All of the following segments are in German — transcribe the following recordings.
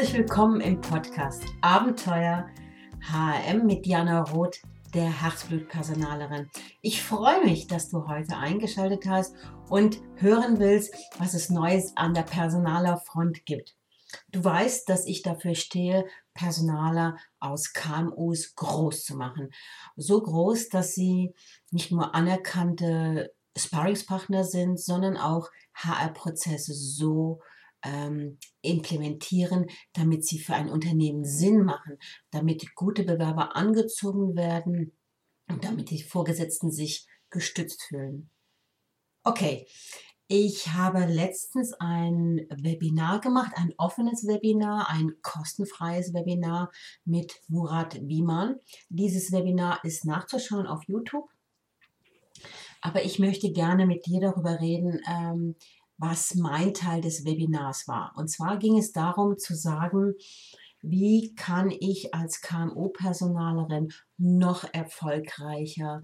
Herzlich willkommen im Podcast Abenteuer HRM mit Diana Roth, der Herzblutpersonalerin. Ich freue mich, dass du heute eingeschaltet hast und hören willst, was es Neues an der Personalerfront gibt. Du weißt, dass ich dafür stehe, Personaler aus KMUs groß zu machen. So groß, dass sie nicht nur anerkannte Sparringspartner sind, sondern auch HR-Prozesse so implementieren, damit sie für ein Unternehmen Sinn machen, damit gute Bewerber angezogen werden und damit die Vorgesetzten sich gestützt fühlen. Okay, ich habe letztens ein Webinar gemacht, ein offenes Webinar, ein kostenfreies Webinar mit Murat Biman. Dieses Webinar ist nachzuschauen auf YouTube, aber ich möchte gerne mit dir darüber reden, was mein Teil des Webinars war. Und zwar ging es darum zu sagen, wie kann ich als KMU-Personalerin noch erfolgreicher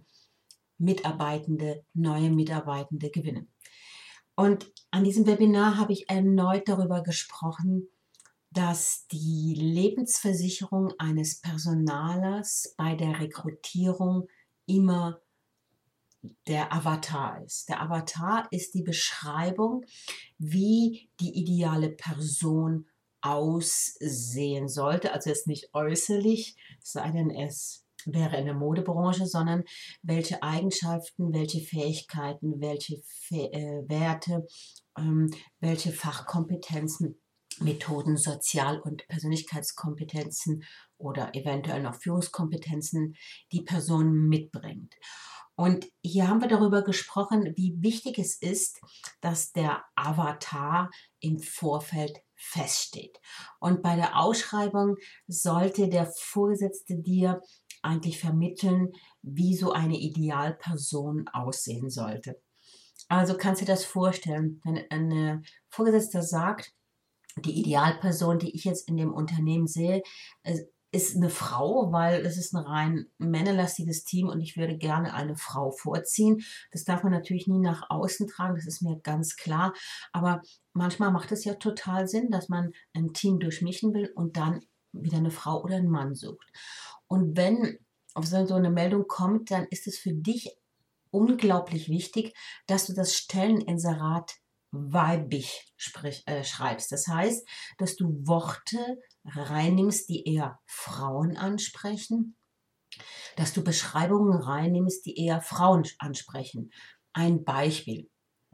neue Mitarbeitende gewinnen. Und an diesem Webinar habe ich erneut darüber gesprochen, dass die Lebensversicherung eines Personalers bei der Rekrutierung immer der Avatar ist. Der Avatar ist die Beschreibung, wie die ideale Person aussehen sollte. Also jetzt nicht äußerlich, es sei denn, es wäre in der Modebranche, sondern welche Eigenschaften, welche Fähigkeiten, welche Werte, welche Fachkompetenzen, Methoden, Sozial- und Persönlichkeitskompetenzen oder eventuell noch Führungskompetenzen die Person mitbringt. Und hier haben wir darüber gesprochen, wie wichtig es ist, dass der Avatar im Vorfeld feststeht. Und bei der Ausschreibung sollte der Vorgesetzte dir eigentlich vermitteln, wie so eine Idealperson aussehen sollte. Also kannst du dir das vorstellen, wenn ein Vorgesetzter sagt, die Idealperson, die ich jetzt in dem Unternehmen sehe, ist eine Frau, weil es ist ein rein männerlastiges Team und ich würde gerne eine Frau vorziehen. Das darf man natürlich nie nach außen tragen, das ist mir ganz klar. Aber manchmal macht es ja total Sinn, dass man ein Team durchmischen will und dann wieder eine Frau oder einen Mann sucht. Und wenn auf so eine Meldung kommt, dann ist es für dich unglaublich wichtig, dass du das Stelleninserat weiblich schreibst. Das heißt, dass du Worte reinnimmst, die eher Frauen ansprechen, dass du Beschreibungen reinnimmst, die eher Frauen ansprechen. Ein Beispiel.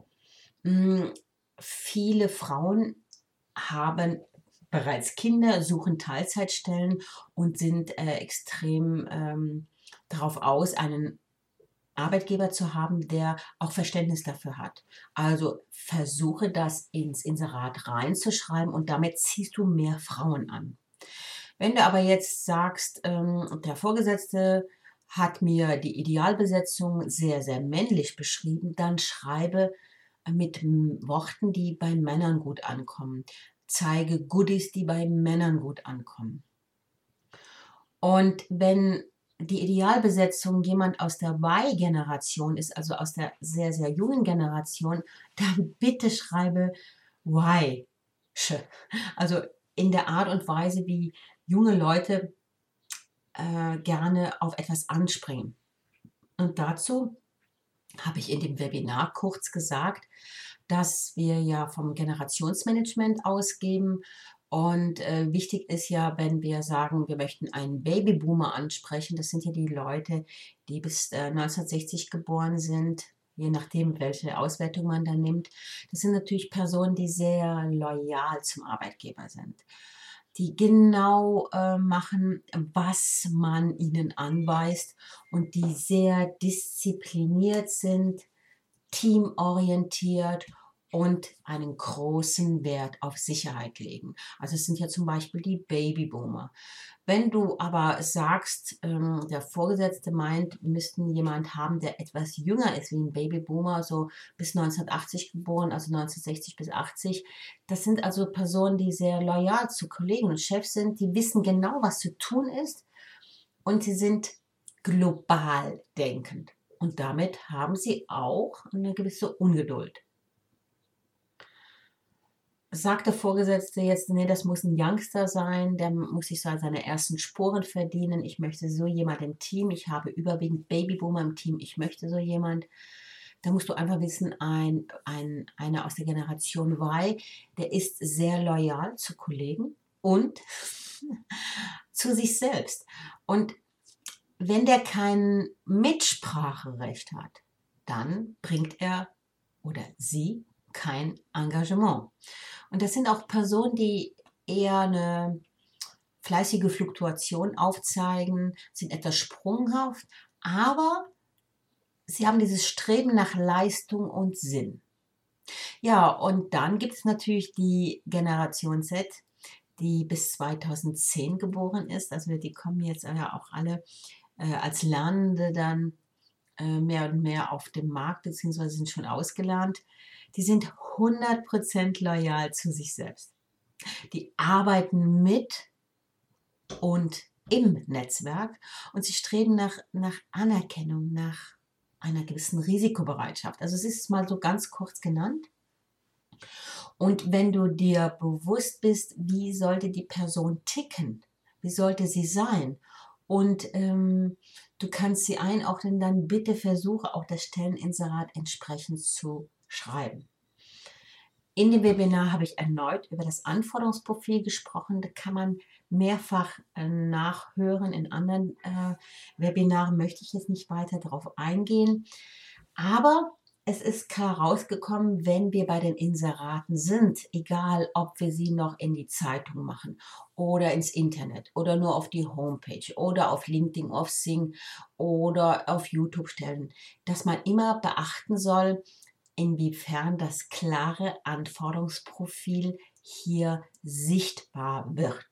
Viele Frauen haben bereits Kinder, suchen Teilzeitstellen und sind extrem darauf aus, einen Arbeitgeber zu haben, der auch Verständnis dafür hat. Also versuche das ins Inserat reinzuschreiben und damit ziehst du mehr Frauen an. Wenn du aber jetzt sagst, der Vorgesetzte hat mir die Idealbesetzung sehr, sehr männlich beschrieben, dann schreibe mit Worten, die bei Männern gut ankommen. Zeige Goodies, die bei Männern gut ankommen. Und wenn die Idealbesetzung jemand aus der Y-Generation ist, also aus der sehr, sehr jungen Generation, dann bitte schreibe Y. Also in der Art und Weise, wie junge Leute gerne auf etwas anspringen. Und dazu habe ich in dem Webinar kurz gesagt, dass wir ja vom Generationsmanagement ausgehen. Und wichtig ist ja, wenn wir sagen, wir möchten einen Babyboomer ansprechen, das sind ja die Leute, die bis 1960 geboren sind, je nachdem, welche Auswertung man da nimmt. Das sind natürlich Personen, die sehr loyal zum Arbeitgeber sind, die genau machen, was man ihnen anweist und die sehr diszipliniert sind, teamorientiert und einen großen Wert auf Sicherheit legen. Also es sind ja zum Beispiel die Babyboomer. Wenn du aber sagst, der Vorgesetzte meint, wir müssten jemand haben, der etwas jünger ist wie ein Babyboomer, so bis 1980 geboren, also 1960 bis 80, das sind also Personen, die sehr loyal zu Kollegen und Chefs sind, die wissen genau, was zu tun ist und sie sind global denkend. Und damit haben sie auch eine gewisse Ungeduld. sagt der Vorgesetzte jetzt: „Ne, das muss 'n Youngster sein, der muss sich so seine ersten Sporen verdienen. Ich möchte so jemand im Team. Ich habe überwiegend Babyboomer im Team. Ich möchte so jemand.“ Da musst du einfach wissen, einer aus der Generation Y, der ist sehr loyal zu Kollegen und zu sich selbst. Und wenn der kein Mitspracherecht hat, dann bringt er oder sie kein Engagement. Und das sind auch Personen, die eher eine fleißige Fluktuation aufzeigen, sind etwas sprunghaft, aber sie haben dieses Streben nach Leistung und Sinn. Ja, und dann gibt es natürlich die Generation Z, die bis 2010 geboren ist. Also die kommen jetzt ja auch alle als Lernende dann mehr und mehr auf dem Markt, beziehungsweise sind schon ausgelernt. Die sind 100% loyal zu sich selbst. Die arbeiten mit und im Netzwerk und sie streben nach Anerkennung, nach einer gewissen Risikobereitschaft. Also es ist mal so ganz kurz genannt. Und wenn du dir bewusst bist, wie sollte die Person ticken, wie sollte sie sein und du kannst sie einordnen, dann bitte versuche auch das Stelleninserat entsprechend zu schreiben. In dem Webinar habe ich erneut über das Anforderungsprofil gesprochen. Da kann man mehrfach nachhören. In anderen Webinaren möchte ich jetzt nicht weiter darauf eingehen. Aber es ist klar rausgekommen, wenn wir bei den Inseraten sind, egal ob wir sie noch in die Zeitung machen oder ins Internet oder nur auf die Homepage oder auf LinkedIn, auf Sing oder auf YouTube stellen, dass man immer beachten soll, inwiefern das klare Anforderungsprofil hier sichtbar wird.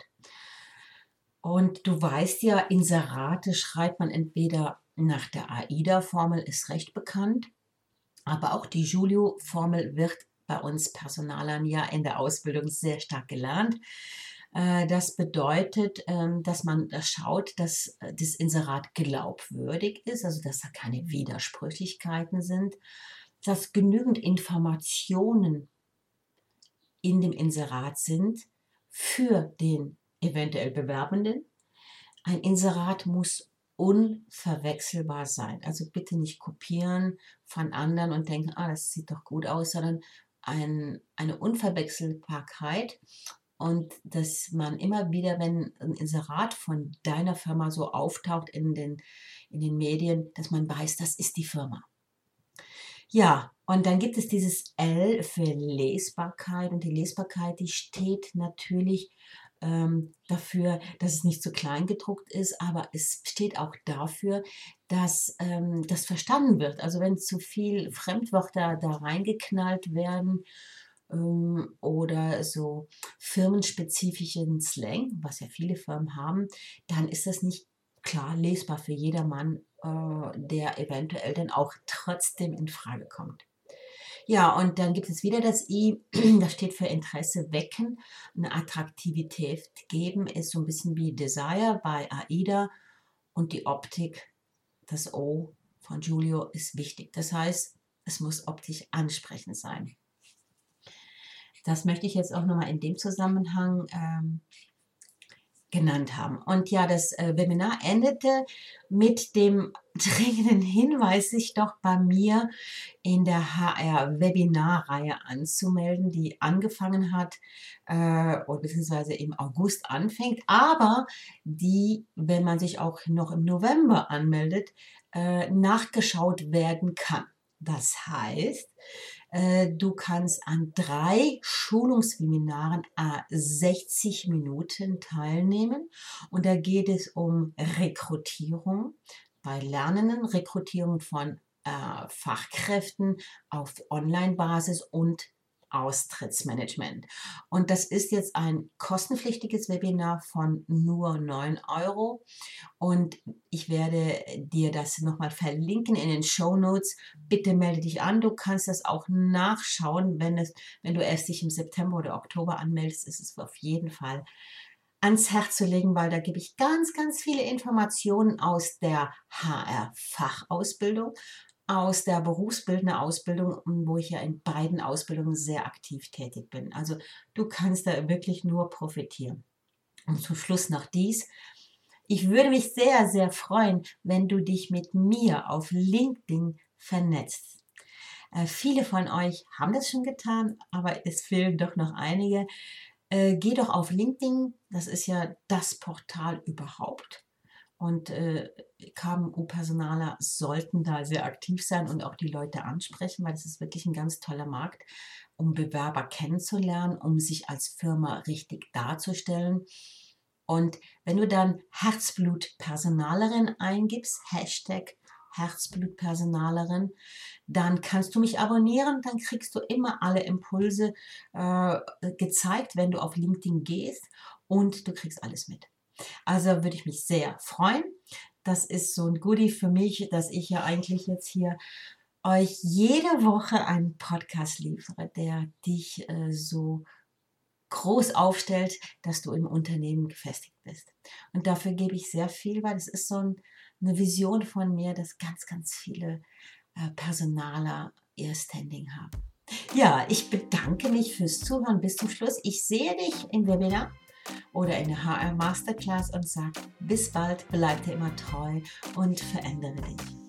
Und du weißt ja, Inserate schreibt man entweder nach der AIDA-Formel, ist recht bekannt, aber auch die Julio-Formel wird bei uns Personalern ja in der Ausbildung sehr stark gelernt. Das bedeutet, dass man schaut, dass das Inserat glaubwürdig ist, also dass da keine Widersprüchlichkeiten sind, dass genügend Informationen in dem Inserat sind für den eventuell Bewerbenden. Ein Inserat muss unverwechselbar sein. Also bitte nicht kopieren von anderen und denken, ah, das sieht doch gut aus, sondern eine Unverwechselbarkeit und dass man immer wieder, wenn ein Inserat von deiner Firma so auftaucht in den Medien, dass man weiß, das ist die Firma. Ja, und dann gibt es dieses L für Lesbarkeit und die Lesbarkeit, die steht natürlich dafür, dass es nicht zu klein gedruckt ist, aber es steht auch dafür, dass das verstanden wird. Also wenn zu viel Fremdwörter da reingeknallt werden oder so firmenspezifischen Slang, was ja viele Firmen haben, dann ist das nicht klar lesbar für jedermann, der eventuell dann auch trotzdem in Frage kommt. Ja, und dann gibt es wieder das I, das steht für Interesse wecken, eine Attraktivität geben, ist so ein bisschen wie Desire bei AIDA und die Optik, das O von Giulio ist wichtig. Das heißt, es muss optisch ansprechend sein. Das möchte ich jetzt auch noch mal in dem Zusammenhang genannt haben. Und ja, das Webinar endete mit dem dringenden Hinweis, sich doch bei mir in der HR-Webinarreihe anzumelden, die angefangen hat oder beziehungsweise im August anfängt, aber die, wenn man sich auch noch im November anmeldet, nachgeschaut werden kann. Das heißt, du kannst an 3 Schulungswebinaren 60 Minuten teilnehmen und da geht es um Rekrutierung bei Lernenden, Rekrutierung von Fachkräften auf Online-Basis und Austrittsmanagement. Und das ist jetzt ein kostenpflichtiges Webinar von nur 9 € und ich werde dir das nochmal verlinken in den Shownotes. Bitte melde dich an. Du kannst das auch nachschauen, wenn du erst dich im September oder Oktober anmeldest, ist es auf jeden Fall ans Herz zu legen, weil da gebe ich ganz, ganz viele Informationen aus der HR-Fachausbildung, aus der berufsbildenden Ausbildung, wo ich ja in beiden Ausbildungen sehr aktiv tätig bin. Also du kannst da wirklich nur profitieren. Und zum Schluss noch dies. Ich würde mich sehr, sehr freuen, wenn du dich mit mir auf LinkedIn vernetzt. Viele von euch haben das schon getan, aber es fehlen doch noch einige. Geh doch auf LinkedIn, das ist ja das Portal überhaupt. Und KMU-Personaler sollten da sehr aktiv sein und auch die Leute ansprechen, weil das ist wirklich ein ganz toller Markt, um Bewerber kennenzulernen, um sich als Firma richtig darzustellen. Und wenn du dann Herzblut-Personalerin eingibst, Hashtag Herzblutpersonalerin, dann kannst du mich abonnieren, dann kriegst du immer alle Impulse gezeigt, wenn du auf LinkedIn gehst und du kriegst alles mit. Also würde ich mich sehr freuen. Das ist so ein Goodie für mich, dass ich ja eigentlich jetzt hier euch jede Woche einen Podcast liefere, der dich so groß aufstellt, dass du im Unternehmen gefestigt bist. Und dafür gebe ich sehr viel, weil es ist so eine Vision von mir, dass ganz, ganz viele Personaler ihr Standing haben. Ja, ich bedanke mich fürs Zuhören bis zum Schluss. Ich sehe dich im Webinar oder in der HR Masterclass und sage bis bald, bleib dir immer treu und verändere dich.